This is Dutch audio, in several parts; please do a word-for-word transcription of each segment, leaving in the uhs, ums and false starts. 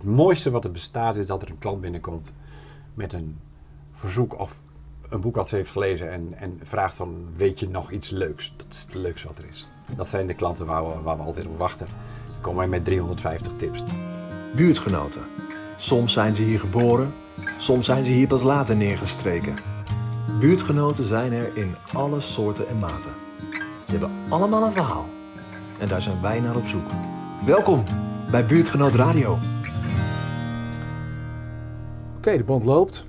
mooiste wat er bestaat is dat er een klant binnenkomt met een verzoek of een boek dat ze heeft gelezen en, en vraagt van, weet je nog iets leuks? Dat is het leukste wat er is. Dat zijn de klanten waar we, waar we altijd op wachten. Dan komen wij met driehonderdvijftig tips. Buurtgenoten. Soms zijn ze hier geboren, soms zijn ze hier pas later neergestreken. Buurtgenoten zijn er in alle soorten en maten. Ze hebben allemaal een verhaal. En daar zijn wij naar op zoek. Welkom bij Buurtgenoot Radio. Oké, okay, de band loopt.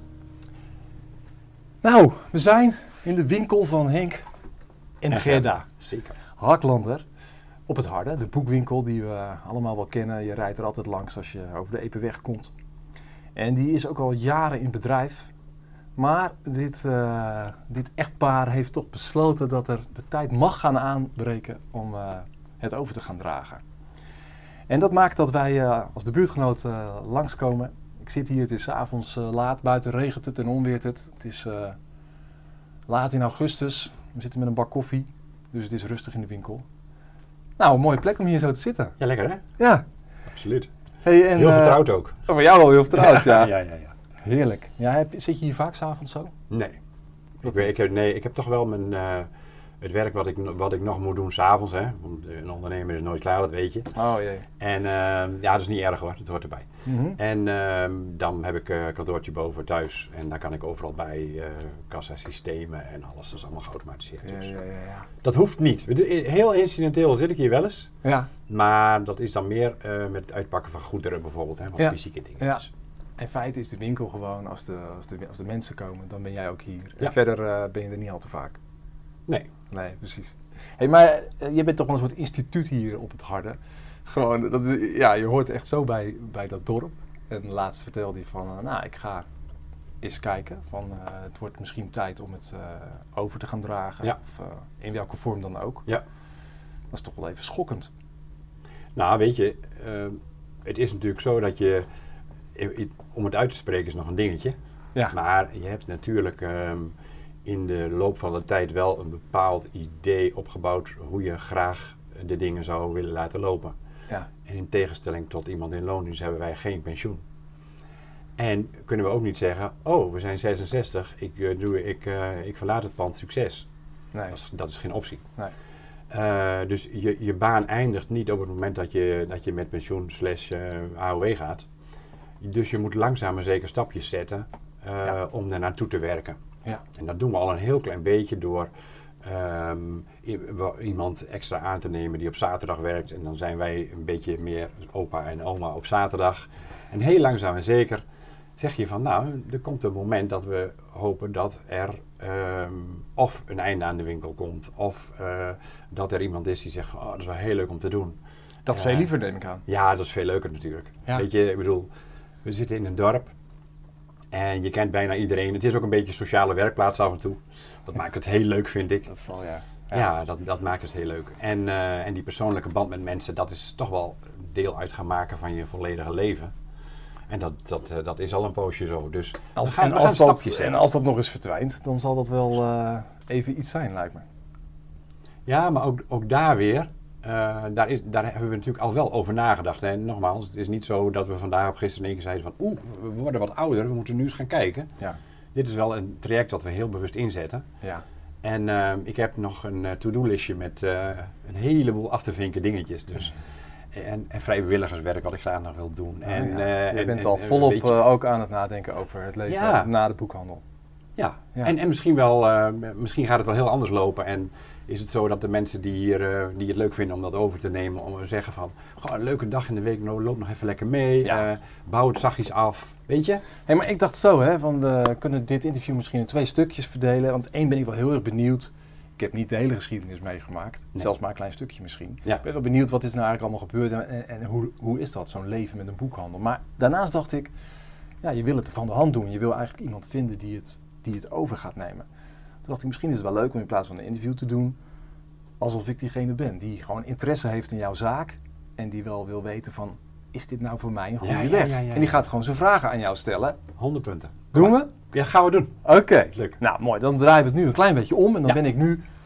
Nou, we zijn in de winkel van Henk en, en Gerda. Zeker. Harklander op het Harde, de boekwinkel die we allemaal wel kennen. Je rijdt er altijd langs als je over de Epenweg komt. En die is ook al jaren in bedrijf. Maar dit, uh, dit echtpaar heeft toch besloten dat er de tijd mag gaan aanbreken om uh, het over te gaan dragen. En dat maakt dat wij uh, als de buurtgenoot uh, langskomen. Ik zit hier, het is 's avonds uh, laat, buiten regent het en onweert het. Het is uh, laat in augustus, we zitten met een bak koffie, dus het is rustig in de winkel. Nou, een mooie plek om hier zo te zitten. Ja, lekker hè? Ja. Absoluut. Hey, en, heel uh, vertrouwd ook. Oh, voor jou wel heel vertrouwd, ja. ja, ja, ja. Heerlijk. Ja, heb, zit je hier vaak 's avonds zo? Nee. Ik, weet, ik, heb, nee. ik heb toch wel mijn, uh, het werk wat ik, wat ik nog moet doen 's avonds. Hè. Een ondernemer is nooit klaar, dat weet je. Oh jee. En uh, ja, dat is niet erg hoor, dat hoort erbij. Mm-hmm. En uh, dan heb ik een kantoortje boven thuis en daar kan ik overal bij, uh, kassasystemen en alles, dat is allemaal geautomatiseerd. Ja, dus. ja, ja, ja. Dat hoeft niet. Heel incidenteel zit ik hier wel eens. Ja. Maar dat is dan meer uh, met het uitpakken van goederen bijvoorbeeld, hè, wat ja. fysieke dingen. Ja. Dus. In feite is de winkel gewoon, als de, als de, als de mensen komen, dan ben jij ook hier. Ja. En verder uh, ben je er niet al te vaak. Nee. Nee, precies. Hey, maar uh, je bent toch wel een soort instituut hier op het Harde. Gewoon, dat is, ja, je hoort echt zo bij, bij dat dorp. En laatst vertelde hij van, uh, nou, ik ga eens kijken. Van, uh, het wordt misschien tijd om het uh, over te gaan dragen. Ja. Of uh, in welke vorm dan ook. Ja. Dat is toch wel even schokkend. Nou, weet je, uh, het is natuurlijk zo dat je, om het uit te spreken is nog een dingetje. Ja. Maar je hebt natuurlijk um, in de loop van de tijd wel een bepaald idee opgebouwd hoe je graag de dingen zou willen laten lopen. Ja. En in tegenstelling tot iemand in loondienst hebben wij geen pensioen. En kunnen we ook niet zeggen, oh, we zijn zesenzestig, ik, uh, doe, ik, uh, ik verlaat het pand, succes. Nee. Dat is, dat is geen optie. Nee. Uh, dus je, je baan eindigt niet op het moment dat je, dat je met pensioen slash uh, A O W gaat. Dus je moet langzaam maar zeker stapjes zetten uh, ja. om daar naartoe te werken. Ja. En dat doen we al een heel klein beetje door um, i- iemand extra aan te nemen die op zaterdag werkt. En dan zijn wij een beetje meer opa en oma op zaterdag. En heel langzaam en zeker zeg je van, nou, er komt een moment dat we hopen dat er um, of een einde aan de winkel komt. Of uh, dat er iemand is die zegt, oh, dat is wel heel leuk om te doen. Dat is uh, veel liever, neem ik aan. Ja, dat is veel leuker natuurlijk. Ja. Weet je, ik bedoel, we zitten in een dorp en je kent bijna iedereen. Het is ook een beetje een sociale werkplaats af en toe. Dat maakt het heel leuk, vind ik. Dat zal ja. Ja, ja dat, dat maakt het heel leuk. En, uh, en die persoonlijke band met mensen, dat is toch wel deel uit gaan maken van je volledige leven. En dat, dat, uh, dat is al een poosje zo. Dus als, we gaan, en, we als gaan dat, stapjes en zetten. als dat nog eens verdwijnt, dan zal dat wel uh, even iets zijn, lijkt me. Ja, maar ook, ook daar weer, uh, daar, is, daar hebben we natuurlijk al wel over nagedacht. En nogmaals, het is niet zo dat we vandaag op gisteren in één keer zeiden van oeh, we worden wat ouder, we moeten nu eens gaan kijken. Ja. Dit is wel een traject dat we heel bewust inzetten. Ja. En uh, ik heb nog een uh, to-do-listje met uh, een heleboel af te vinken dingetjes. Dus. En, en vrijwilligerswerk wat ik graag nog wil doen. Oh, en, ja. uh, Je en, bent en, al en, volop weet je, uh, ook aan het nadenken over het leven Ja. na de boekhandel. Ja, Ja. En, en misschien wel, uh, misschien gaat het wel heel anders lopen. En is het zo dat de mensen die hier uh, die het leuk vinden om dat over te nemen, om te zeggen van, goh, een leuke dag in de week, nou, loop nog even lekker mee, Ja. uh, bouw het zachtjes af, weet je? Hey, maar ik dacht zo, hè, van we kunnen dit interview misschien in twee stukjes verdelen. Want één ben ik wel heel erg benieuwd. Ik heb niet de hele geschiedenis meegemaakt, Nee. zelfs maar een klein stukje misschien. Ja. Ik ben wel benieuwd wat is nou eigenlijk allemaal gebeurd en, en, en hoe, hoe is dat, zo'n leven met een boekhandel. Maar daarnaast dacht ik, ja, je wil het van de hand doen. Je wil eigenlijk iemand vinden die het, die het over gaat nemen. Toen dacht ik, misschien is het wel leuk om in plaats van een interview te doen, alsof ik diegene ben die gewoon interesse heeft in jouw zaak en die wel wil weten van, is dit nou voor mij een goede Ja, ja, weg? ja, ja, en die gaat gewoon zijn vragen aan jou stellen. honderd punten. Doen we? Ja, gaan we doen. Oké. Leuk. Nou, mooi. Dan draaien we het nu een klein beetje om en dan Ja. ben ik nu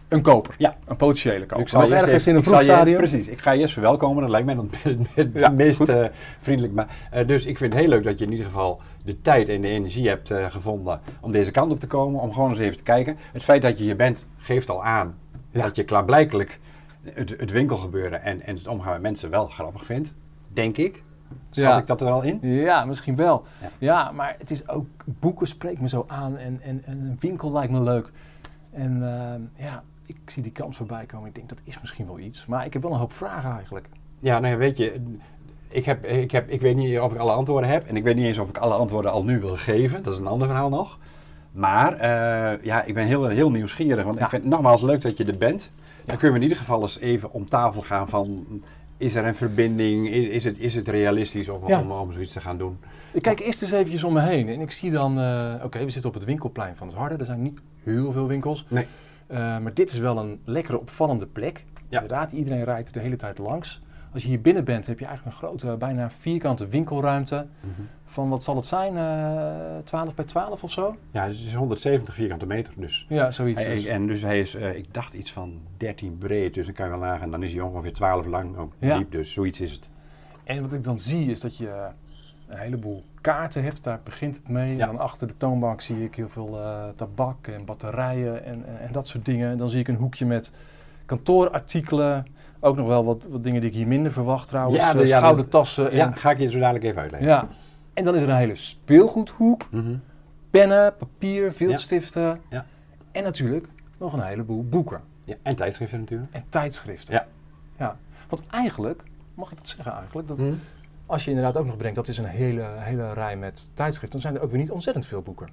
Een koper. Ja. Een potentiële koper. Ik zal Nog je eerst ergens even- in een ik zal vroeg je- stadium. Precies, ik ga je eerst verwelkomen. Dat lijkt mij dan het, het Ja, meest goed. eh, vriendelijk. Maar, eh, dus ik vind het heel leuk dat je in ieder geval de tijd en de energie hebt eh, gevonden om deze kant op te komen. Om gewoon eens even te kijken. Het feit dat je hier bent, geeft al aan Ja. dat je klaarblijkelijk het, het winkelgebeuren en, en het omgaan met mensen wel grappig vindt. Denk ik. Schat Ja. ik dat er wel in? Ja, misschien wel. Ja. Ja. maar het is ook, boeken spreekt me zo aan en, en, en een winkel lijkt me leuk. En uh, ja, ik zie die kans voorbij komen. Ik denk, dat is misschien wel iets. Maar ik heb wel een hoop vragen eigenlijk. Ja, nou ja, weet je, ik, heb, ik, heb, ik weet niet of ik alle antwoorden heb. En ik weet niet eens of ik alle antwoorden al nu wil geven. Dat is een ander verhaal nog. Maar uh, ja, ik ben heel, heel nieuwsgierig. Want Ja. ik vind het nogmaals leuk dat je er bent. Dan kunnen we in ieder geval eens even om tafel gaan van... Is er een verbinding? Is, is, het, is het realistisch om, Ja. om, om zoiets te gaan doen? Ik kijk eerst eens eventjes om me heen. En ik zie dan, uh, oké, okay, we zitten op het winkelplein van het Harde. Er zijn niet heel veel winkels. Nee. Uh, maar dit is wel een lekkere, opvallende plek. Ja. Inderdaad, iedereen rijdt de hele tijd langs. Als je hier binnen bent, heb je eigenlijk een grote, bijna vierkante winkelruimte. Mm-hmm. Van, wat zal het zijn, uh, twaalf bij twaalf of zo? Ja, het is honderdzeventig vierkante meter dus. Ja, zoiets. Hij, dus. en dus hij is, uh, ik dacht iets van dertien breed, dus dan kan je wel nagaan. Dan is hij ongeveer twaalf lang, ook Ja. diep, dus zoiets is het. En wat ik dan zie is dat je een heleboel kaarten hebt, daar begint het mee. Ja. En dan achter de toonbank zie ik heel veel uh, tabak en batterijen en, en, en dat soort dingen. En dan zie ik een hoekje met kantoorartikelen. Ook nog wel wat, wat dingen die ik hier minder verwacht trouwens. Ja, de- Uh, ja, de- schoudertassen. En, Ja, ga ik je zo dadelijk even uitleggen. ja. En dan is er een hele speelgoedhoek. Mm-hmm. Pennen, papier, viltstiften. Ja. En natuurlijk nog een heleboel boeken. Ja, en tijdschriften natuurlijk. En tijdschriften. Ja. Ja. Want eigenlijk, mag ik dat zeggen eigenlijk, dat Mm. als je inderdaad ook nog brengt, dat is een hele, hele rij met tijdschriften, dan zijn er ook weer niet ontzettend veel boeken.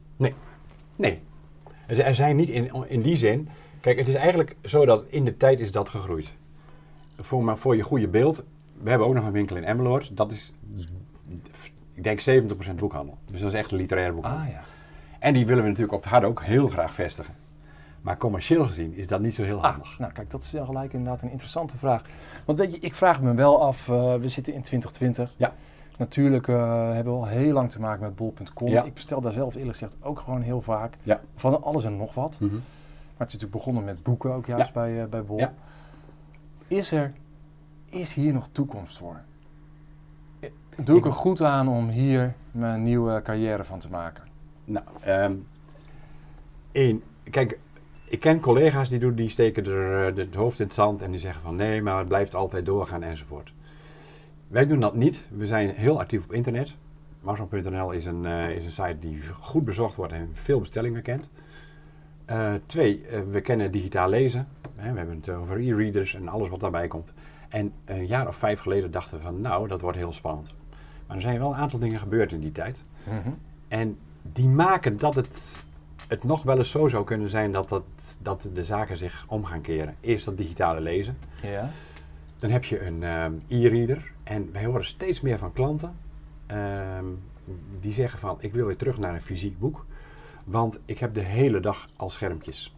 Nee. Er z- er zijn niet in, in die zin... Kijk, het is eigenlijk zo dat in de tijd is dat gegroeid. Voor, maar voor je goede beeld... We hebben ook nog een winkel in Emmeloord. Dat is, ik denk, zeventig procent boekhandel. Dus dat is echt een literaire boekhandel. Ah ja. En die willen we natuurlijk op het harde ook heel graag vestigen. Maar commercieel gezien is dat niet zo heel handig. Ah, nou kijk, dat is wel gelijk inderdaad een interessante vraag. Want weet je, ik vraag me wel af, uh, we zitten in twintig twintig. Ja. Natuurlijk uh, hebben we al heel lang te maken met bol punt com. Ja. Ik bestel daar zelf eerlijk gezegd ook gewoon heel vaak. Ja. Van alles en nog wat. Mm-hmm. Maar het is natuurlijk begonnen met boeken ook juist Ja. bij, uh, bij Bol. Ja. Is er, is hier nog toekomst voor? Doe ik er goed aan om hier mijn nieuwe carrière van te maken? Nou, um, één, kijk, ik ken collega's die, doen, die steken er uh, het hoofd in het zand en die zeggen van nee, maar het blijft altijd doorgaan enzovoort. Wij doen dat niet. We zijn heel actief op internet. Amazon punt n l is een, uh, is een site die goed bezocht wordt en veel bestellingen kent. Uh, twee, uh, we kennen digitaal lezen. Hè, we hebben het over e-readers en alles wat daarbij komt. En een jaar of vijf geleden dachten we van nou, dat wordt heel spannend. Maar er zijn wel een aantal dingen gebeurd in die tijd. Mm-hmm. En die maken dat het, het nog wel eens zo zou kunnen zijn dat, dat, dat de zaken zich om gaan keren. Eerst dat digitale lezen. Ja. Dan heb je een um, e-reader. En wij horen steeds meer van klanten um, die zeggen van ik wil weer terug naar een fysiek boek. Want ik heb de hele dag al schermpjes.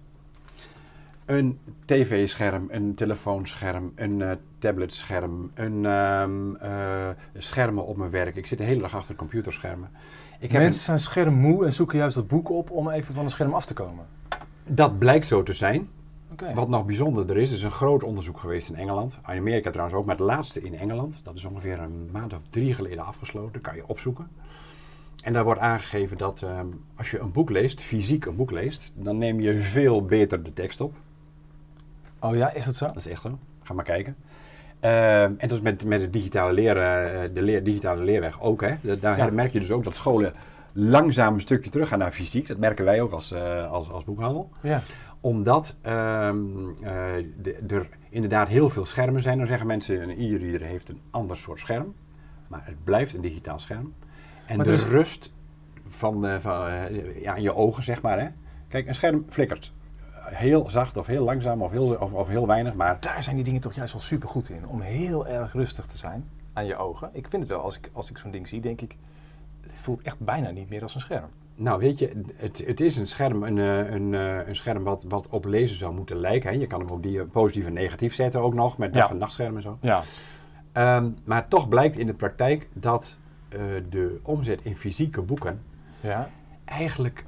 Een tv-scherm, een telefoonscherm, een uh, tabletscherm, een um, uh, schermen op mijn werk. Ik zit de hele dag achter computerschermen. Ik heb Mensen zijn schermmoe en zoeken juist dat boek op om even van een scherm af te komen. een, dat blijkt zo te zijn. Okay. Wat nog bijzonderder is, is een groot onderzoek geweest in Engeland. In Amerika trouwens ook, maar het laatste in Engeland. Dat is ongeveer een maand of drie geleden afgesloten. Kan je opzoeken. En daar wordt aangegeven dat um, als je een boek leest, fysiek een boek leest, dan neem je veel beter de tekst op. Oh ja, is dat zo? Dat is echt zo. Ga maar kijken. Uh, en dat is met, met de digitale, leren, de leer, digitale leerweg ook. Hè. De, daar ja. merk je dus ook dat scholen langzaam een stukje terug gaan naar fysiek. Dat merken wij ook als, uh, als, als boekhandel. Ja. Omdat um, uh, de, er inderdaad heel veel schermen zijn. Dan zeggen mensen, een e-reader heeft een ander soort scherm. Maar het blijft een digitaal scherm. En maar de dus rust van, uh, van uh, ja, in je ogen, zeg maar. Hè. Kijk, een scherm flikkert. Heel zacht of heel langzaam of heel, of, of heel weinig, maar... Daar zijn die dingen toch juist wel super goed in, om heel erg rustig te zijn aan je ogen. Ik vind het wel, als ik, als ik zo'n ding zie, denk ik, het voelt echt bijna niet meer als een scherm. Nou weet je, het, het is een scherm, een, een, een scherm wat, wat op lezen zou moeten lijken. Hè. Je kan hem op die positief en negatief zetten ook nog, met dag- ja. en nachtscherm en zo. Ja. Um, maar toch blijkt in de praktijk dat uh, de omzet in fysieke boeken ja. eigenlijk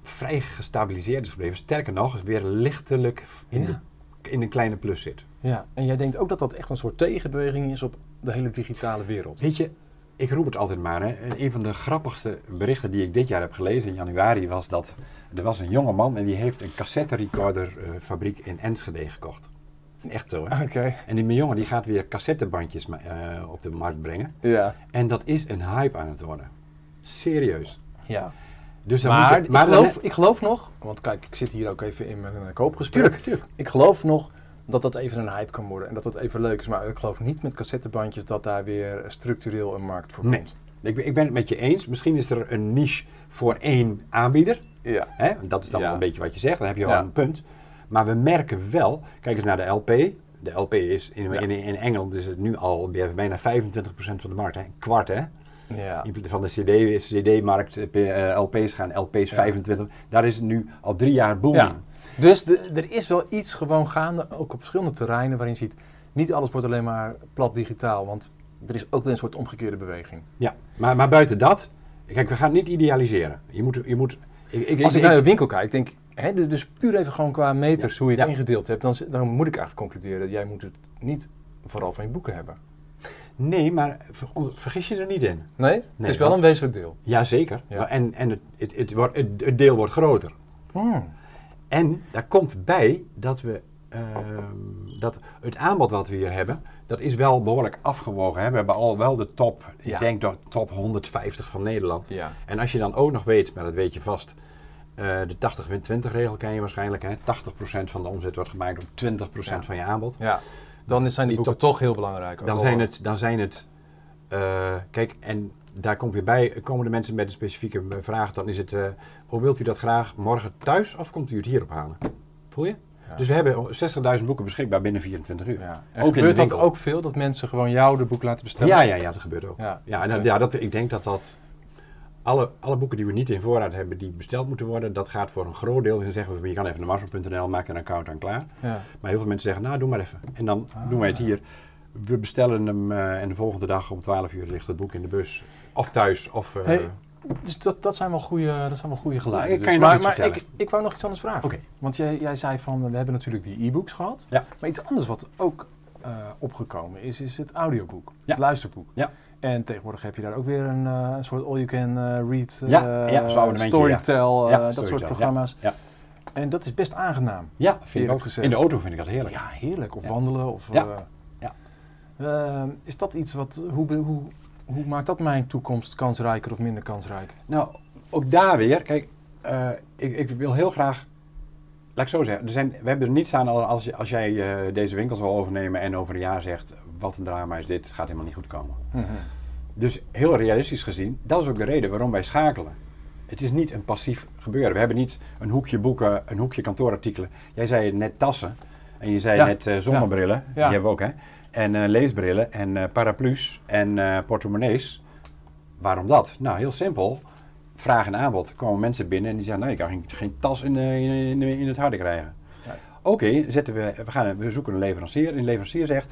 vrij gestabiliseerd is gebleven. Sterker nog, is weer lichtelijk in, Ja. de, in een kleine plus zit. Ja, en jij denkt ook dat dat echt een soort tegenbeweging is op de hele digitale wereld. Weet je, ik roep het altijd maar. Hè. En een van de grappigste berichten die ik dit jaar heb gelezen in januari was dat er was een jonge man en die heeft een cassetterecorderfabriek in Enschede gekocht. Dat is echt zo, hè? Oké. Okay. En die jongen die gaat weer cassettebandjes uh, op de markt brengen. Ja. En dat is een hype aan het worden. Serieus. Ja. Dus dan maar moet je, maar ik, geloof, dan, ik geloof nog, want kijk, ik zit hier ook even in mijn uh, koopgesprek. Tuurlijk, tuurlijk. Ik geloof nog dat dat even een hype kan worden en dat dat even leuk is. Maar ik geloof niet met cassettebandjes dat daar weer structureel een markt voor nee. komt. Ik ben, ik ben het met je eens. Misschien is er een niche voor één aanbieder. Ja. Hè? Dat is dan Ja. wel een beetje wat je zegt. Dan heb je wel Ja. een punt. Maar we merken wel, kijk eens naar de L P. De L P is, in, Ja. in, in Engeland is het nu al bijna vijfentwintig procent van de markt. Hè? Een kwart, hè? Ja. Van de C D, C D-markt, uh, L P's gaan, L P's Ja. vijfentwintig. Daar is het nu al drie jaar booming. Ja. Dus de, er is wel iets gewoon gaande, ook op verschillende terreinen, waarin je ziet, niet alles wordt alleen maar plat digitaal, want er is ook weer een soort omgekeerde beweging. Ja, maar, maar buiten dat, kijk, we gaan het niet idealiseren. Je moet, je moet, ik, ik, Als ik ik, naar je winkel kijk, denk hè, dus, dus puur even gewoon qua meters, Ja. hoe je het Ja. ingedeeld hebt, dan, dan moet ik eigenlijk concluderen, jij moet het niet vooral van je boeken hebben. nee, maar ver, vergis je er niet in. Nee? Het Nee, is wel want- een wezenlijk deel. Jazeker. Ja. Maar En, en het, het, het, wordt, het, het deel wordt groter. Hmm. En daar komt bij dat we ehm, dat het aanbod wat we hier hebben, dat is wel behoorlijk afgewogen. Hè? We hebben al wel de top, Ja. ik denk de top honderdvijftig van Nederland. Ja. En als je dan ook nog weet, maar dat weet je vast, uh, de tachtig twintig regel ken je waarschijnlijk. Hè? tachtig procent van de omzet wordt gemaakt op twintig procent Ja. van je aanbod. Ja, dan zijn die Die boeken toch heel belangrijk. ook Dan al- zijn het, dan zijn het uh, kijk, en daar komt weer bij, komen de mensen met een specifieke vraag, dan is het, uh, hoe wilt u dat graag morgen thuis of komt u het hier ophalen? Voel je? Ja. Dus we hebben zestigduizend boeken beschikbaar binnen vierentwintig uur. Ja. En Ook in gebeurt de dat winkel. ook veel, dat mensen gewoon jou de boek laten bestellen? Ja, ja, ja, dat gebeurt ook. Ja, Ja, en, oké. ja dat, ik denk dat dat alle, alle boeken die we niet in voorraad hebben, die besteld moeten worden, dat gaat voor een groot deel. Dan zeggen we, je kan even naar Marsman punt n l, maak een account aan klaar. Ja. Maar heel veel mensen zeggen, nou doe maar even. En dan Ah. doen wij het hier. We bestellen hem uh, en de volgende dag om twaalf uur ligt het boek in de bus. Of thuis, of... Uh, Hey, Dus dat, dat zijn wel goede, dat zijn wel goede geluiden. Nou, ik kan je Dus, nog maar iets maar vertellen. ik, ik wou nog iets anders vragen. Oké. Want jij, jij zei van, we hebben natuurlijk die e-books gehad. Ja. Maar iets anders wat ook uh, opgekomen is, is het audioboek. Ja. Het luisterboek. Ja. En tegenwoordig heb je daar ook weer een, uh, een soort all-you-can-read, uh, Ja, ja, zo'n abonnementje, Storytel, uh, ja, dat Storytel, soort programma's. Ja. En dat is best aangenaam. Ja, vind ik Eerlijk ook. gezegd. In de auto vind ik dat heerlijk. Ja, heerlijk. Of Ja. wandelen. Of, Ja. uh, Ja. Uh, is dat iets wat, hoe, be- hoe, hoe maakt dat mijn toekomst kansrijker of minder kansrijk? Nou, ook daar weer, kijk, uh, ik, ik wil heel graag, laat ik zo zeggen, er zijn, we hebben er niet staan als, je- als jij uh, deze winkels wil overnemen en over een jaar zegt, wat een drama is dit, het gaat helemaal niet goed komen. Mm-hmm. Dus heel realistisch gezien, dat is ook de reden waarom wij schakelen. Het is niet een passief gebeuren. We hebben niet een hoekje boeken, een hoekje kantoorartikelen. Jij zei net tassen en je zei Ja. net uh, zonnebrillen, Ja. die hebben we ook hè. En uh, leesbrillen en uh, paraplu's en uh, portemonnees. Waarom dat? Nou, heel simpel. Vraag en aanbod. Er komen mensen binnen en die zeggen, nee, ik kan geen, geen tas in, de, in, de, in het harde krijgen. Nee. Oké, okay, zetten we, we, gaan, we zoeken een leverancier. En de leverancier zegt,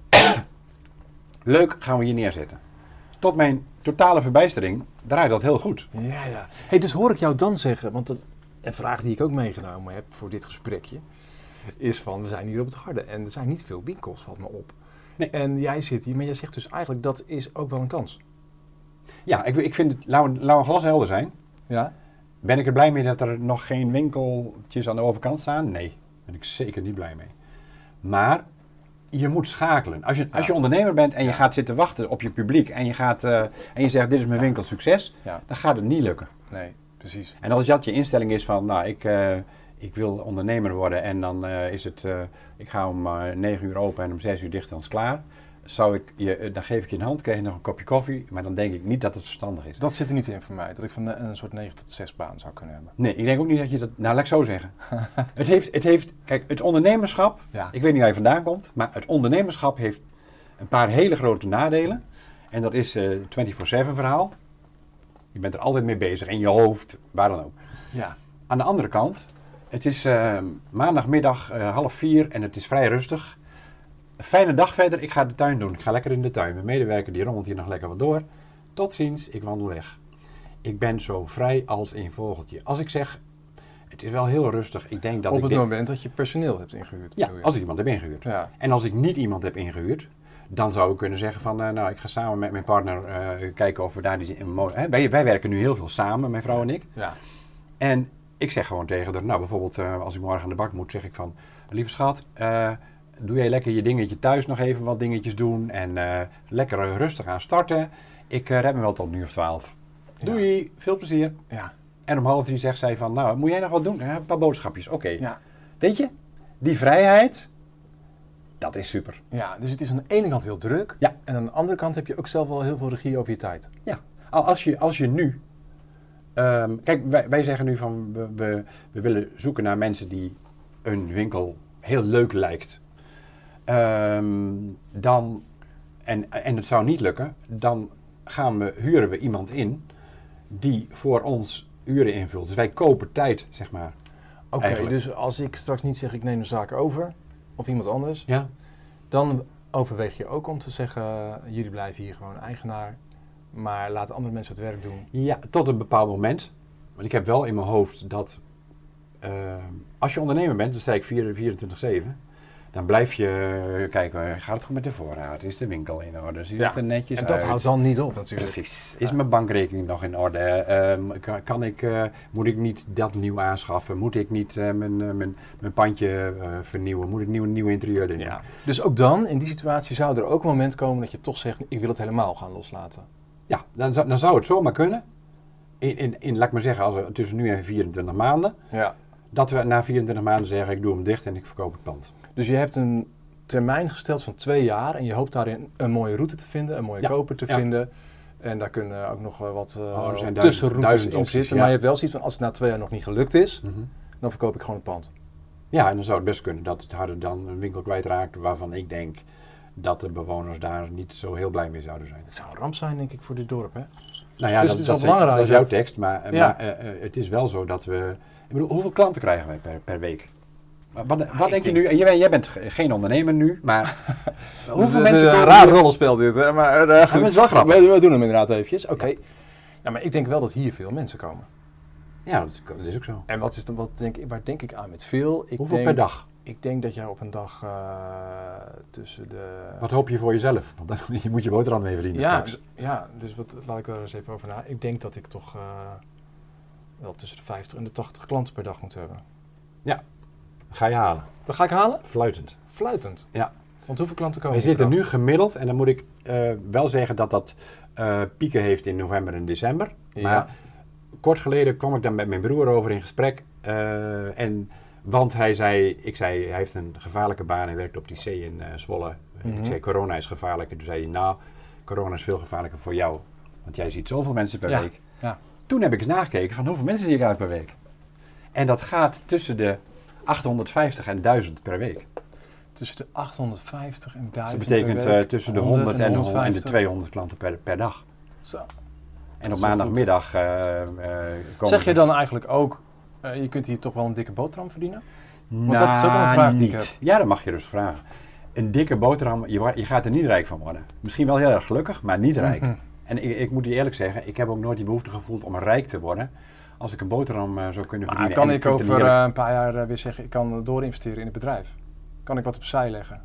leuk, gaan we hier neerzetten. Tot mijn totale verbijstering draait dat heel goed. Ja, ja. Hey, dus hoor ik jou dan zeggen, want dat, een vraag die ik ook meegenomen heb voor dit gesprekje, is van, we zijn hier op het harde en er zijn niet veel winkels, valt me op. Nee. En jij zit hier, maar jij zegt dus eigenlijk, dat is ook wel een kans. Ja, ik, ik vind het, laten we, laten we glashelder zijn. Ja? Ben ik er blij mee dat er nog geen winkeltjes aan de overkant staan? Nee, daar ben ik zeker niet blij mee. Maar je moet schakelen. Als je, als je ondernemer bent en je Ja. gaat zitten wachten op je publiek en je, gaat, uh, en je zegt dit is mijn winkel, succes, Ja. dan gaat het niet lukken. Nee, precies. En als dat je instelling is van, nou, ik, uh, ik wil ondernemer worden en dan uh, is het, uh, ik ga om uh, negen uur open en om zes uur dicht, dan is het klaar. Zou ik je, uh, dan geef ik je een hand, krijg je nog een kopje koffie, maar dan denk ik niet dat het verstandig is. Dat zit er niet in voor mij, dat ik van een, een soort negen tot zes baan zou kunnen hebben. Nee, ik denk ook niet dat je dat, nou laat ik zo zeggen. het, heeft, het heeft, kijk, het ondernemerschap, Ja. ik weet niet waar je vandaan komt, maar het ondernemerschap heeft een paar hele grote nadelen. En dat is uh, vierentwintig zeven verhaal. Je bent er altijd mee bezig, in je hoofd, waar dan ook. Ja. Aan de andere kant, het is uh, maandagmiddag uh, half vier en het is vrij rustig. Een fijne dag verder, ik ga de tuin doen. Ik ga lekker in de tuin. Mijn medewerker die rommelt hier nog lekker wat door. Tot ziens, ik wandel weg. Ik ben zo vrij als een vogeltje. Als ik zeg, Het is wel heel rustig. Ik denk dat Op ik het dit- moment dat je personeel hebt ingehuurd. Ja, bedoel je? als ik iemand heb ingehuurd. Ja. En als ik niet iemand heb ingehuurd, dan zou ik kunnen zeggen van, uh, nou, ik ga samen met mijn partner uh, kijken of we daar die... Mo- hè, wij, wij werken nu heel veel samen, mijn vrouw en ik. Ja. En ik zeg gewoon tegen haar, nou bijvoorbeeld uh, als ik morgen aan de bak moet, zeg ik van, lieve schat, uh, doe jij lekker je dingetje thuis nog even wat dingetjes doen en uh, lekker uh, rustig aan starten. Ik uh, red me wel tot nu of twaalf. Doei, ja. Veel plezier. Ja. En om half drie zegt zij van, nou, moet jij nog wat doen? Ja, een paar boodschapjes, oké. Okay. Ja. Weet je, die vrijheid, dat is super. Ja, dus het is aan de ene kant heel druk. Ja. En aan de andere kant heb je ook zelf wel heel veel regie over je tijd. Ja, als je, als je nu... Um, kijk, wij, wij zeggen nu van, we, we, we willen zoeken naar mensen die een winkel heel leuk lijkt. Um, dan, en, en het zou niet lukken, dan gaan we, huren we iemand in die voor ons uren invult. Dus wij kopen tijd, zeg maar. Oké, okay, dus als ik straks niet zeg ik neem de zaak over, of iemand anders, ja. dan overweeg je ook om te zeggen, jullie blijven hier gewoon eigenaar, maar laten andere mensen het werk doen. Ja, tot een bepaald moment. Want ik heb wel in mijn hoofd dat uh, als je ondernemer bent, dan sta ik vierentwintig zeven. Dan blijf je kijken, gaat het goed met de voorraad? Is de winkel in orde? Ziet ja. het er netjes en uit? dat houdt dan niet op natuurlijk. Precies. Is ja. mijn bankrekening nog in orde? Um, kan, kan ik, uh, moet ik niet dat nieuw aanschaffen? Moet ik niet uh, mijn, uh, mijn, mijn pandje uh, vernieuwen? Moet ik nieuw, nieuw interieur erin? Ja. Dus ook dan, in die situatie, zou er ook een moment komen dat je toch zegt, ik wil het helemaal gaan loslaten. Ja, dan zou, dan zou het zomaar kunnen. In, in, in, laat ik maar zeggen, als we tussen nu en vierentwintig maanden. Ja. Dat we na vierentwintig maanden zeggen, ik doe hem dicht en ik verkoop het pand. Dus je hebt een termijn gesteld van twee jaar en je hoopt daarin een mooie route te vinden, een mooie ja. koper te ja. vinden. En daar kunnen ook nog wat uh, oh, er zijn tussenroutes in opties, zitten. Ja. Maar je hebt wel zoiets van, als het na twee jaar nog niet gelukt is, mm-hmm. dan verkoop ik gewoon het pand. Ja, en dan zou het best kunnen dat het harder dan een winkel kwijtraakt waarvan ik denk dat de bewoners daar niet zo heel blij mee zouden zijn. Het zou een ramp zijn, denk ik, voor dit dorp, hè? Nou ja, dus dat, het is dat, wel belangrijk. dat is jouw tekst, maar, ja. maar uh, uh, het is wel zo dat we... Ik bedoel, hoeveel klanten krijgen wij per, per week? Wat, wat Ah, denk je denk... nu? Jij, jij bent geen ondernemer nu, maar hoeveel de, mensen... De, een raar rollenspel dit, hè? Maar uh, goed, het is wel grappig. We, we doen hem inderdaad eventjes. Oké. Okay. Ja, maar ik denk wel dat hier veel mensen komen. Ja, dat is, dat is ook zo. En wat is dan, wat denk ik, waar denk ik aan met veel? Ik hoeveel denk, per dag? Ik denk dat jij op een dag uh, tussen de... Wat hoop je voor jezelf? Want je moet je boterham mee verdienen ja, straks. d- ja, dus wat, laat ik daar eens even over na. Ik denk dat ik toch uh, wel tussen de vijftig en de tachtig klanten per dag moet hebben. Ja, ga je halen. Dat ga ik halen? Fluitend. Fluitend? Ja. Want hoeveel klanten komen Wij er zitten nu gemiddeld, en dan moet ik uh, wel zeggen dat dat uh, pieken heeft in november en december. Ja. Maar kort geleden kwam ik dan met mijn broer over in gesprek. Uh, en, want hij zei, ik zei, hij heeft een gevaarlijke baan, hij werkt op die C in uh, Zwolle. Mm-hmm. Ik zei, corona is gevaarlijk. En toen zei hij, nou, corona is veel gevaarlijker voor jou. Want jij ziet zoveel mensen per ja. week. Ja. Toen heb ik eens nagekeken van hoeveel mensen zie ik uit per week. En dat gaat tussen de achthonderdvijftig en duizend per week. Tussen de achthonderdvijftig en duizend. Dus dat betekent uh, tussen de honderd, honderd en, en, de, en de tweehonderd klanten per, per dag. Zo. En op maandagmiddag uh, uh, komen... Zeg je dan eigenlijk ook, uh, je kunt hier toch wel een dikke boterham verdienen? Want nah, dat is ook wel een vraag die niet. ik heb. Ja, dat mag je dus vragen. Een dikke boterham, je, je gaat er niet rijk van worden. Misschien wel heel erg gelukkig, maar niet rijk. Mm-hmm. En ik, ik moet je eerlijk zeggen, ik heb ook nooit die behoefte gevoeld om rijk te worden. Als ik een boterham uh, zou kunnen maar verdienen. Kan en ik, ik over uh, een paar jaar uh, weer zeggen, ik kan doorinvesteren in het bedrijf? Kan ik wat opzij leggen?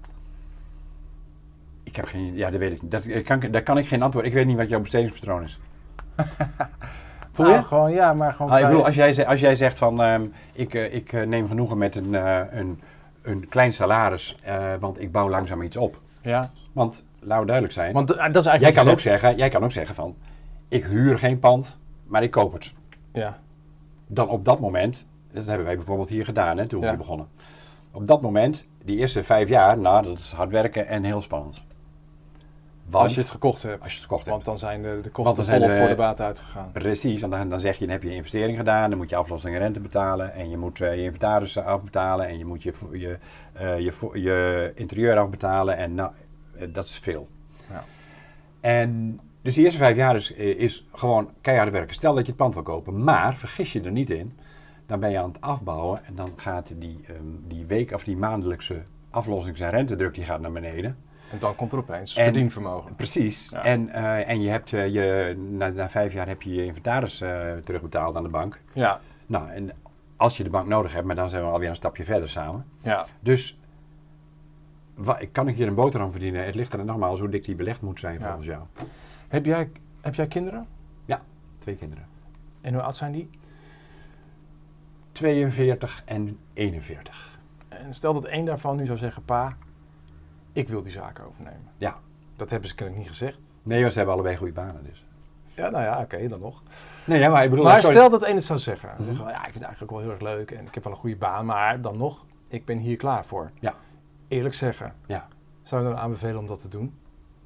Ik heb geen, ja, dat weet ik. Dat, kan, daar kan ik geen antwoord. Ik weet niet wat jouw bestedingspatroon is. Voel je? Nou, gewoon, ja, maar gewoon... Ah, ik bedoel, als jij, als jij zegt van, um, ik, uh, ik uh, neem genoegen met een, uh, een, een klein salaris, uh, want ik bouw langzaam iets op. Ja. Want, laten we duidelijk zijn. Want uh, dat is eigenlijk jij, kan ook zeggen, jij kan ook zeggen van, ik huur geen pand, maar ik koop het. Ja. Dan op dat moment, dat hebben wij bijvoorbeeld hier gedaan, hè, toen we ja. hier begonnen. Op dat moment, die eerste vijf jaar, nou, dat is hard werken en heel spannend. Want, als je het gekocht hebt. Als je het gekocht want hebt. dan zijn de, de kosten volop de, voor de baat uitgegaan. Precies, want dan, dan zeg je, dan heb je een investering gedaan, dan moet je aflossing en rente betalen en je moet uh, je inventaris afbetalen en je moet je, je, uh, je, je interieur afbetalen en nou, uh, dat is veel. Ja. En dus die eerste vijf jaar is, is gewoon keihard werken. Stel dat je het pand wil kopen, maar vergis je er niet in, dan ben je aan het afbouwen en dan gaat die, um, die week of die maandelijkse aflossings- en rentedruk die gaat naar beneden. En dan komt er opeens en, verdienvermogen. Precies. Ja. En, uh, en je hebt uh, je, na, na vijf jaar heb je je inventaris uh, terugbetaald aan de bank. Ja. Nou, en als je de bank nodig hebt, maar dan zijn we alweer een stapje verder samen. Ja. Dus wa, kan ik hier een boterham verdienen? Het ligt er nogmaals hoe dik die belegd moet zijn Ja. volgens jou. Heb jij, heb jij kinderen? Twee kinderen. En hoe oud zijn die? tweeënveertig en eenenveertig. En stel dat één daarvan nu zou zeggen, pa, ik wil die zaken overnemen. Ja. Dat hebben ze kennelijk niet gezegd. Nee, want ze hebben allebei goede banen dus. Ja, nou ja, oké, okay, dan nog. Nee, ja, maar ik bedoel... Maar sorry. stel dat één het zou zeggen. Mm-hmm. Zeggen, ja, ik vind het eigenlijk ook wel heel erg leuk en ik heb wel een goede baan, maar dan nog, ik ben hier klaar voor. Ja. Eerlijk zeggen. Ja. Zou je dan aanbevelen om dat te doen?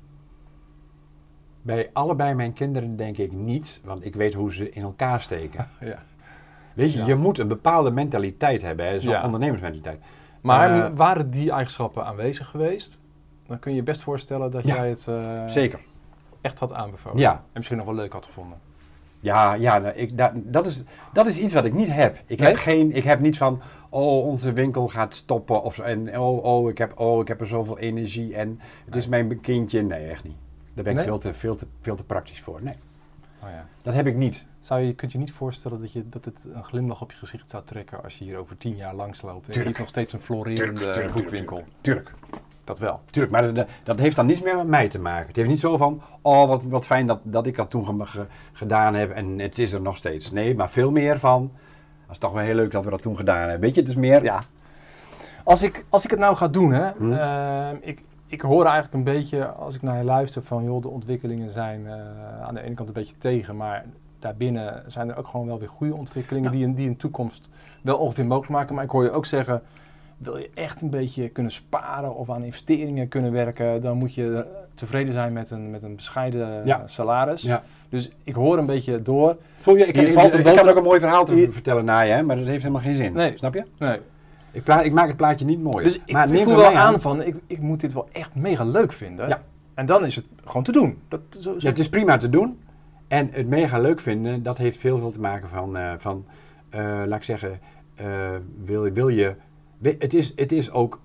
Bij allebei mijn kinderen denk ik niet, want ik weet hoe ze in elkaar steken. Ja. Weet je, Ja. je moet een bepaalde mentaliteit hebben, hè, zo'n Ja. ondernemersmentaliteit. Maar Uh, waren die eigenschappen aanwezig geweest, dan kun je je best voorstellen dat Ja. jij het uh, Zeker. echt had aanbevolen. Ja. En misschien nog wel leuk had gevonden. Ja, ja nou, ik, da, dat, is, dat is iets wat ik niet heb. Ik, Nee? heb geen, ik heb niet van, oh, onze winkel gaat stoppen. Of zo, en oh, oh, ik heb, oh, ik heb er zoveel energie en het is mijn kindje. Nee, echt niet. Daar ben ik Nee? veel, te, veel, te, veel te praktisch voor. Nee, Oh ja. dat heb ik niet. Zou je, kunt je niet voorstellen dat, je, dat het een glimlach op je gezicht zou trekken als je hier over tien jaar langs loopt en je Tuurlijk. ziet nog steeds een florerende boekwinkel? Tuurlijk. Dat wel. Tuurlijk, maar dat, dat heeft dan niets meer met mij te maken. Het heeft niet zo van, oh wat, wat fijn dat, dat ik dat toen ge, ge- gedaan heb en het is er nog steeds. Nee, maar veel meer van, dat is toch wel heel leuk dat we dat toen gedaan hebben. Weet je, het is meer... Ja. Als ik, als ik het nou ga doen, hè, Hm. eh, ik, ik hoor eigenlijk een beetje, als ik naar je luister, van joh, de ontwikkelingen zijn uh, aan de ene kant een beetje tegen, maar daarbinnen zijn er ook gewoon wel weer goede ontwikkelingen Ja. die, in, die in de toekomst wel ongeveer mogelijk maken. Maar ik hoor je ook zeggen, wil je echt een beetje kunnen sparen of aan investeringen kunnen werken, dan moet je tevreden zijn met een, met een bescheiden Ja. salaris. Ja. Dus ik hoor een beetje door. Voel je, ik, Hier ik, valt ik, een ik kan boter- ook een mooi verhaal te Hier- vertellen naar je, hè, maar dat heeft helemaal geen zin. Nee. Snap je? Nee. Ik, pla- ik maak het plaatje niet mooi. Dus ik, maar ik neem voel van wel mij aan van, ik, ik moet dit wel echt mega leuk vinden. Ja. En dan is het gewoon te doen. Dat, zo, zo. Ja, het is prima te doen. En het mega leuk vinden, dat heeft veel, veel te maken van, uh, van uh, laat ik zeggen, uh, wil, wil je... wi- Het is, het is ook...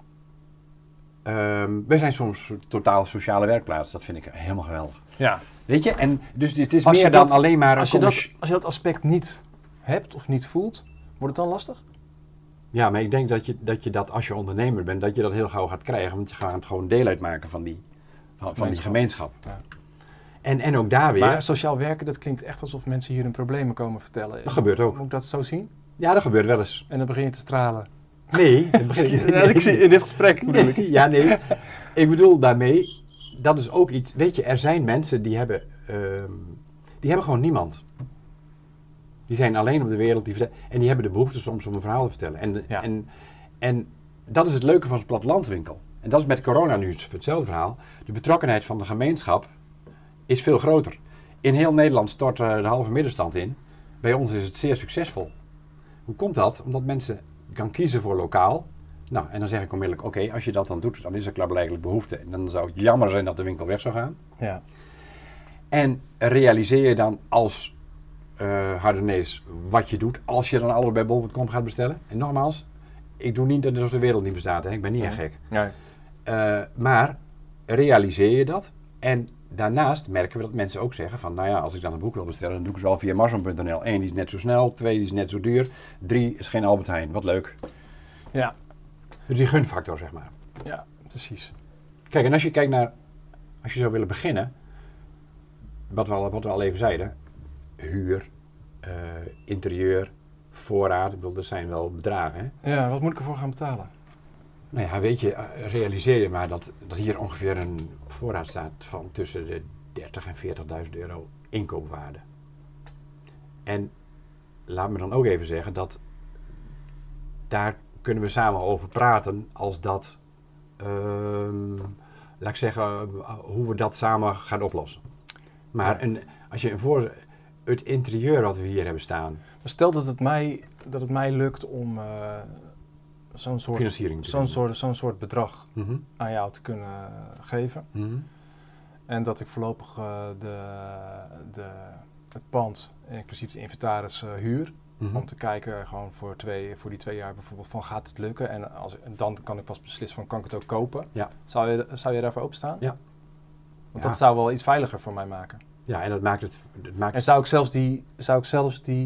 Um, wij zijn soms totaal sociale werkplaats. Dat vind ik helemaal geweldig. Ja. Weet je? En dus het is Als meer je dan dat- alleen maar een Als je, dat, commerci- als je dat aspect niet hebt of niet voelt, wordt het dan lastig? Ja, maar ik denk dat je, dat je dat als je ondernemer bent, dat je dat heel gauw gaat krijgen. Want je gaat gewoon deel uitmaken van die, van, van die gemeenschap. Ja. En, en ook daar weer... Maar sociaal werken, dat klinkt echt alsof mensen hier hun problemen komen vertellen. Dat gebeurt ook. Moet ik dat zo zien? Ja, dat gebeurt wel eens. En dan begin je te stralen. Nee, dat begin je- Ja, ik zie in dit gesprek bedoel ik. Nee, ja, nee. Ik bedoel daarmee, dat is ook iets... Weet je, er zijn mensen die hebben... ehm, die hebben gewoon niemand. Die zijn alleen op de wereld. Die vertellen- en die hebben de behoefte soms om een verhaal te vertellen. En, Ja. en, en dat is het leuke van zo'n plattelandwinkel. En dat is met corona nu hetzelfde verhaal. De betrokkenheid van de gemeenschap is veel groter. In heel Nederland stort uh, de halve middenstand in. Bij ons is het zeer succesvol. Hoe komt dat? Omdat mensen gaan kiezen voor lokaal. Nou, en dan zeg ik onmiddellijk, oké, als je dat dan doet, dan is er klaarblijkelijk behoefte. En dan zou het jammer zijn dat de winkel weg zou gaan. Ja. En realiseer je dan als uh, Hardenees wat je doet, als je dan alles bij bol punt com gaat bestellen. En nogmaals, ik doe niet alsof de wereld niet bestaat, hè? Ik ben niet echt gek. Ja. Uh, maar realiseer je dat. En daarnaast merken we dat mensen ook zeggen van, nou ja, als ik dan een boek wil bestellen, dan doe ik het wel via Amazon punt n l. Eén, die is net zo snel. Twee, die is net zo duur. Drie, is geen Albert Heijn. Wat leuk. Ja. Dus die gunfactor, zeg maar. Ja, precies. Kijk, en als je kijkt naar, als je zou willen beginnen, wat we al, wat we al even zeiden, huur, uh, interieur, voorraad, ik bedoel, dat zijn wel bedragen, hè? Ja, wat moet ik ervoor gaan betalen? Nou ja, weet je, realiseer je maar dat, dat hier ongeveer een voorraad staat van tussen de dertig en veertigduizend euro inkoopwaarde. En laat me dan ook even zeggen dat daar kunnen we samen over praten als dat, um, laat ik zeggen, hoe we dat samen gaan oplossen. Maar een, als je een voor, het interieur wat we hier hebben staan. Maar stel dat het mij, dat het mij lukt om uh, zo'n soort, financiering zo'n soort, zo'n soort bedrag mm-hmm. aan jou te kunnen geven. Mm-hmm. En dat ik voorlopig uh, de, de, het pand, inclusief de inventaris, uh, huur. Mm-hmm. Om te kijken gewoon voor, twee, voor die twee jaar bijvoorbeeld van gaat het lukken. En als, dan kan ik pas beslissen van kan ik het ook kopen. Ja. Zou je, zou je daarvoor openstaan? Ja. Want Ja. dat zou wel iets veiliger voor mij maken. Ja, en dat maakt het... het maakt en zou ik zelfs die, zou ik zelfs die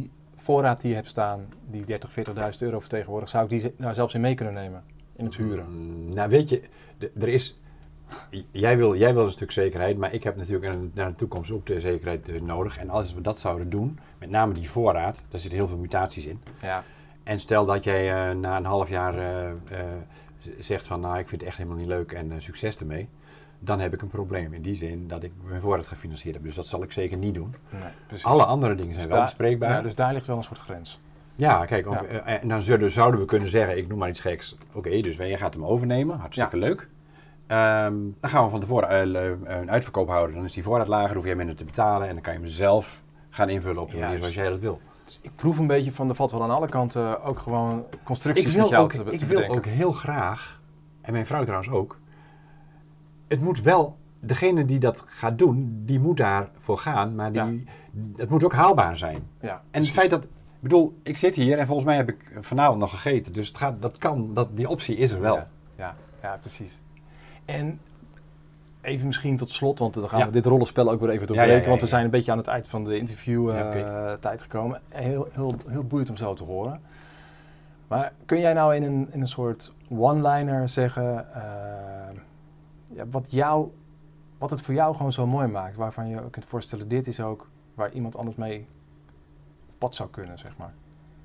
voorraad die je hebt staan, die dertig, veertigduizend euro vertegenwoordigt, zou ik die nou zelfs in mee kunnen nemen in het huren? Mm, nou weet je, d- er is... Jij wil, jij wil een stuk zekerheid, maar ik heb natuurlijk een, naar de toekomst ook de zekerheid uh, nodig. En als we dat zouden doen, met name die voorraad, daar zitten heel veel mutaties in. Ja. En stel dat jij uh, na een half jaar uh, uh, zegt van, nou ik vind het echt helemaal niet leuk en uh, succes ermee. Dan heb ik een probleem in die zin dat ik mijn voorraad gefinancierd heb. Dus dat zal ik zeker niet doen. Nee, Alle andere dingen zijn dus wel daar, bespreekbaar. Ja, dus daar ligt wel een soort grens. Ja, kijk, of, Ja. uh, en dan zouden, zouden we kunnen zeggen, ik noem maar iets geks. Oké, okay, dus jij gaat hem overnemen, hartstikke Ja. leuk. Um, dan gaan we van tevoren uh, een uitverkoop houden. Dan is die voorraad lager, hoef jij minder te betalen. En dan kan je hem zelf gaan invullen op de manier zoals jij dat wil. Dus ik proef een beetje van, er valt wel aan alle kanten ook gewoon constructies Ik wil, met jou ook, te, te ik wil bedenken. ook heel graag, en mijn vrouw trouwens ook, het moet wel, degene die dat gaat doen, die moet daarvoor gaan. Maar die, Ja. het moet ook haalbaar zijn. Ja, En het precies. feit dat, ik bedoel, ik zit hier en volgens mij heb ik vanavond nog gegeten. Dus het gaat, dat kan, dat, die optie is er wel. Ja, ja, ja, precies. En even misschien tot slot, want dan gaan Ja. we dit rollenspel ook weer even Ja, doorbreken, ja, ja, want we ja. zijn een beetje aan het eind van de interview uh, Ja, oké. tijd gekomen. Heel, heel, heel boeiend om zo te horen. Maar kun jij nou in een, in een soort one-liner zeggen uh, ja, wat, jou, wat het voor jou gewoon zo mooi maakt, waarvan je ook kunt voorstellen, dit is ook waar iemand anders mee op pad zou kunnen, zeg maar.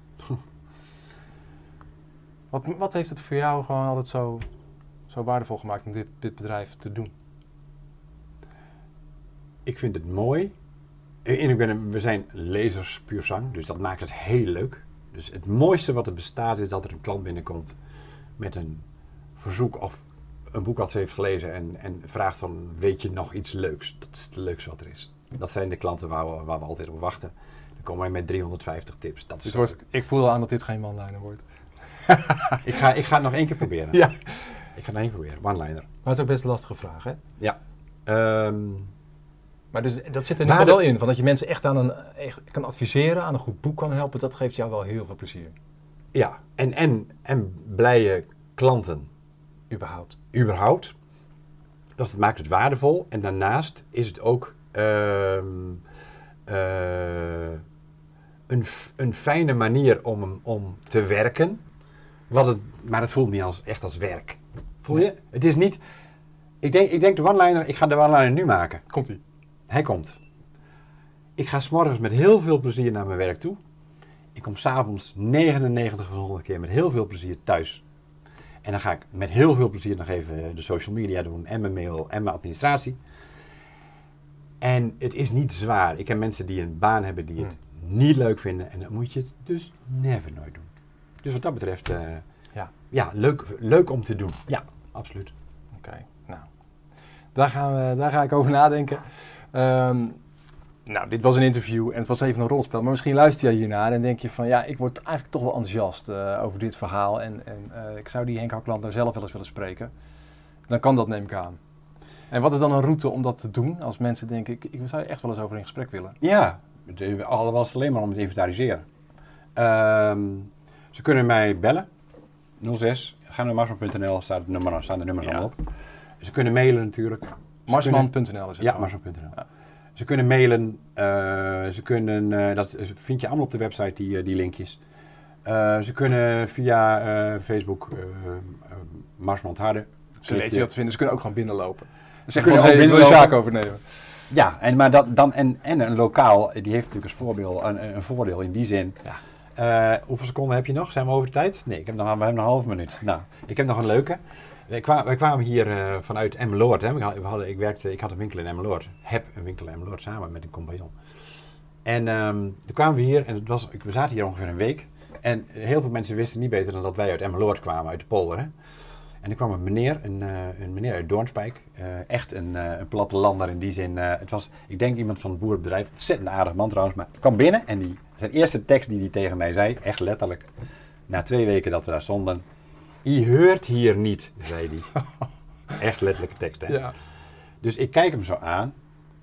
Wat, wat heeft het voor jou gewoon altijd zo, zo waardevol gemaakt om dit, dit bedrijf te doen? Ik vind het mooi. En ik ben een, we zijn lezers puur zang, dus dat maakt het heel leuk. Dus het mooiste wat er bestaat is dat er een klant binnenkomt met een verzoek of een boek dat ze heeft gelezen en, en vraagt van, weet je nog iets leuks? Dat is het leukste wat er is. Dat zijn de klanten waar we, waar we altijd op wachten. Dan komen wij met driehonderdvijftig tips. Dat is Dus zo wordt, leuk. ik voel aan dat dit geen one-liner wordt. ik, ga, ik ga het nog één keer proberen. Ja. Ik ga het nog één keer proberen. One-liner. Maar het is ook best een lastige vraag, hè? Ja. Ehm, Maar dus, dat zit er in Waar ieder geval wel de- in. Van dat je mensen echt aan een, echt kan adviseren, aan een goed boek kan helpen. Dat geeft jou wel heel veel plezier. ja, en, en, en blije klanten. Überhaupt. Überhaupt. Dat maakt het waardevol. En daarnaast is het ook ehm, eh, een, f- een fijne manier om, om te werken. Wat het, maar het voelt niet als, echt als werk. Voel je? Het is niet... Ik denk, ik denk de one-liner, ik ga de one-liner nu maken. Komt-ie. Hij komt. Ik ga 's morgens met heel veel plezier naar mijn werk toe. Ik kom 's avonds negenennegentig van de honderd keer met heel veel plezier thuis. En dan ga ik met heel veel plezier nog even de social media doen en mijn mail en mijn administratie. En het is niet zwaar. Ik heb mensen die een baan hebben die het niet leuk vinden. En dan moet je het dus never nooit doen. Dus wat dat betreft, uh, Ja. ja, leuk, leuk om te doen. Ja, absoluut. Oké, nou. Daar, gaan we, daar ga ik over nadenken. Ehm, nou, dit was een interview en het was even een rolspel. Maar misschien luister je hiernaar en denk je van... ja, ik word eigenlijk toch wel enthousiast uh, over dit verhaal. En, en uh, ik zou die Henk Hakland daar zelf wel eens willen spreken. Dan kan dat, neem ik aan. En wat is dan een route om dat te doen? Als mensen denken, ik, ik zou echt wel eens over in gesprek willen. Ja, het- al was het alleen maar om het te inventariseren. Ehm, ze kunnen mij bellen. nul zes, ga naar marsman punt n l, staat het nummer, staan de nummers Ja. allemaal op. Ze kunnen mailen natuurlijk. Ze marsman punt n l is kunnen- het. Ja, gewoon. marsman punt n l. Ja. Ze kunnen mailen. eh, ze kunnen, eh, dat vind je allemaal op de website, die, eh, die linkjes. Eh, ze kunnen via eh, Facebook uh, uh, Marsman Harde. Ze weten dat te vinden, ze kunnen ook gewoon binnenlopen. Ze kunnen kunnen ook ook binnenlopen. binnenlopen. zaak overnemen. Ja, en, maar dat, dan, en, en een lokaal, die heeft natuurlijk als voorbeeld een, een voordeel in die zin. Ja. Eh, hoeveel seconden heb je nog? Zijn we over de tijd? Nee, ik heb nog, we hebben nog een half minuut. Nou, ik heb nog een leuke. Wij kwamen, wij kwamen hier uh, vanuit Emmeloord. Hè. We hadden, ik, werkte, ik had een winkel in Emmeloord. Heb een winkel in Emmeloord samen met een compagnon. En um, toen kwamen we hier en het was, we zaten hier ongeveer een week. En heel veel mensen wisten niet beter dan dat wij uit Emmeloord kwamen, uit de polder. Hè. En er kwam een meneer, een, uh, een meneer uit Doornspijk. Uh, echt een, uh, een plattelander in die zin. Uh, het was, ik denk iemand van het boerenbedrijf. Ontzettend aardig man trouwens. Maar hij kwam binnen en die, zijn eerste tekst die hij tegen mij zei, echt letterlijk. Na twee weken dat we daar stonden. "I hoort hier niet", zei hij. Echt letterlijke tekst, hè. Ja. Dus ik kijk hem zo aan.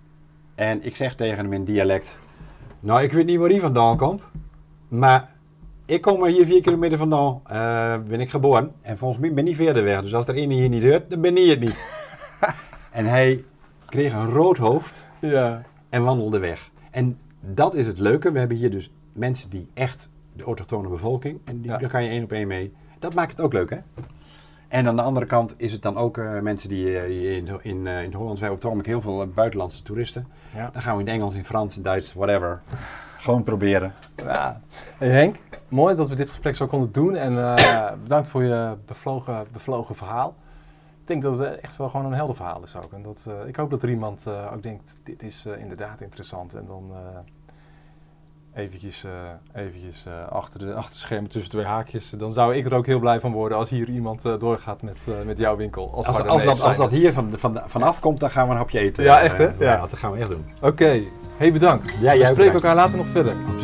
En ik zeg tegen hem in dialect. Nou, ik weet niet waar hij vandaan komt. Maar ik kom maar hier vier kilometer vandaan. Uh, ben ik geboren. En volgens mij ben ik verder weg. Dus als er een hier niet hoort, dan ben ik het niet. En hij kreeg een rood hoofd. Ja. En wandelde weg. En dat is het leuke. We hebben hier dus mensen die echt de autochtone bevolking, en die, Ja. daar kan je één op één mee. Dat maakt het ook leuk, hè? En aan de andere kant is het dan ook uh, mensen die, uh, die in, in, uh, in het Hollands, wij hebben heel veel uh, buitenlandse toeristen. Ja. Dan gaan we in het Engels, in Frans, in Duits, whatever. Gewoon proberen. Ja. Hey Henk, mooi dat we dit gesprek zo konden doen en uh, bedankt voor je bevlogen, bevlogen verhaal. Ik denk dat het echt wel gewoon een helder verhaal is ook. En dat, uh, ik hoop dat er iemand uh, ook denkt, dit is uh, inderdaad interessant. En dan uh, eventjes, uh, eventjes uh, achter, de, achter de schermen tussen twee haakjes. Dan zou ik er ook heel blij van worden als hier iemand uh, doorgaat met, uh, met jouw winkel. Als, Als, als, dat, als dat hier van, van, vanaf komt, dan gaan we een hapje eten. Ja, echt hè? Uh, Ja. ja, dat gaan we echt doen. Oké, okay. Hey bedankt. Ja, we jij spreken bedankt. elkaar later nog verder.